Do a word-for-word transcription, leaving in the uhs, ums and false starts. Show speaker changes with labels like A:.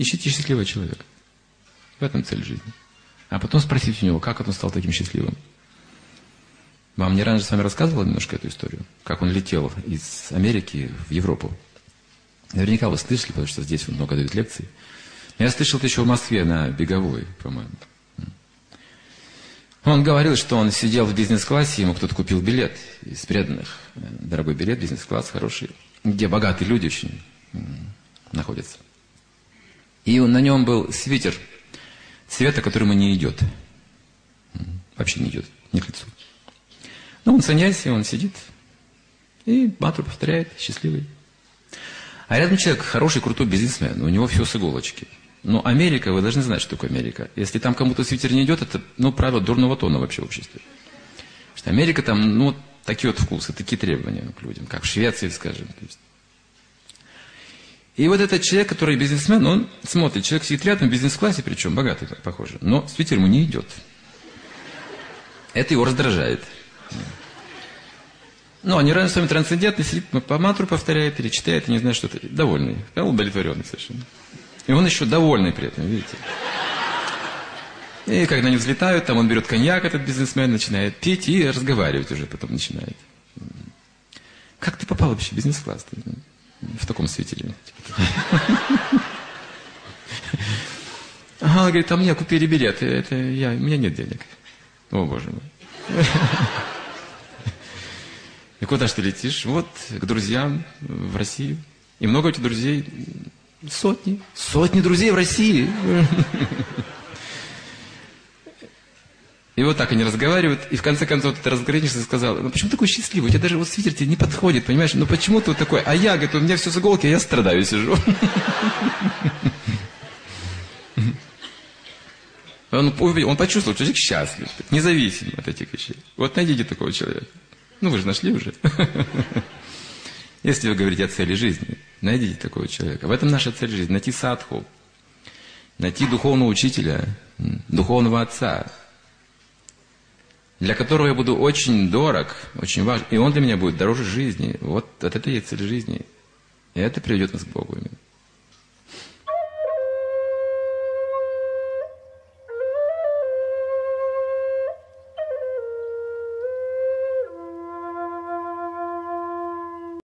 A: Ищите счастливого человека. В этом цель жизни. А потом спросите у него, как он стал таким счастливым. Вам не раньше с вами рассказывал немножко эту историю? Как он летел из Америки в Европу. Наверняка вы слышали, потому что здесь он много дает лекций. Я слышал это еще в Москве на Беговой, по-моему. Он говорил, что он сидел в бизнес-классе, ему кто-то купил билет из преданных. Дорогой билет, бизнес-класс, хороший. Где богатые люди очень находятся. И на нем был свитер цвета, который ему не идет. Вообще не идет, не к лицу. Ну, он саньяси, он сидит и мантру повторяет, счастливый. А рядом человек, хороший, крутой бизнесмен, у него все с иголочки. Но Америка, вы должны знать, что такое Америка. Если там кому-то свитер не идет, это, ну, правило дурного тона вообще в обществе. Потому что Америка там, ну, такие вот вкусы, такие требования к людям, как в Швеции, скажем. То есть. И вот этот человек, который бизнесмен, он смотрит, человек сидит рядом в бизнес-классе, причем богатый, похоже, но свитер ему не идет. Это его раздражает. Ну, они раньше с вами трансцендентный, сидит, по мантру повторяет или читает, и не знаю, что-то. Довольный, удовлетворенный совершенно. И он еще довольный при этом, видите. И когда они взлетают, там он берет коньяк, этот бизнесмен, начинает пить и разговаривать уже потом начинает. Как ты попал вообще в бизнес-класс? В таком свитере. Ага, говорит, а мне купили билеты, это я, у меня нет денег. О, боже мой. И куда ж ты летишь? Вот, к друзьям в Россию. И много у тебя друзей? Сотни. Сотни друзей в России. И вот так они разговаривают. И в конце концов ты разграничился и сказал, ну почему такой счастливый? У тебя даже вот свитер тебе не подходит, понимаешь? Ну почему ты вот такой? А я, говорит, у меня все с иголки, а я страдаю, сижу. Он, он почувствовал, что человек счастлив, независимо от этих вещей. Вот найдите такого человека. Ну, вы же нашли уже. Если вы говорите о цели жизни, найдите такого человека. В этом наша цель жизни. Найти садху, найти духовного учителя, духовного отца, для которого я буду очень дорог, очень важен, и он для меня будет дороже жизни. Вот, вот это и есть цель жизни. И это приведет нас к Богу.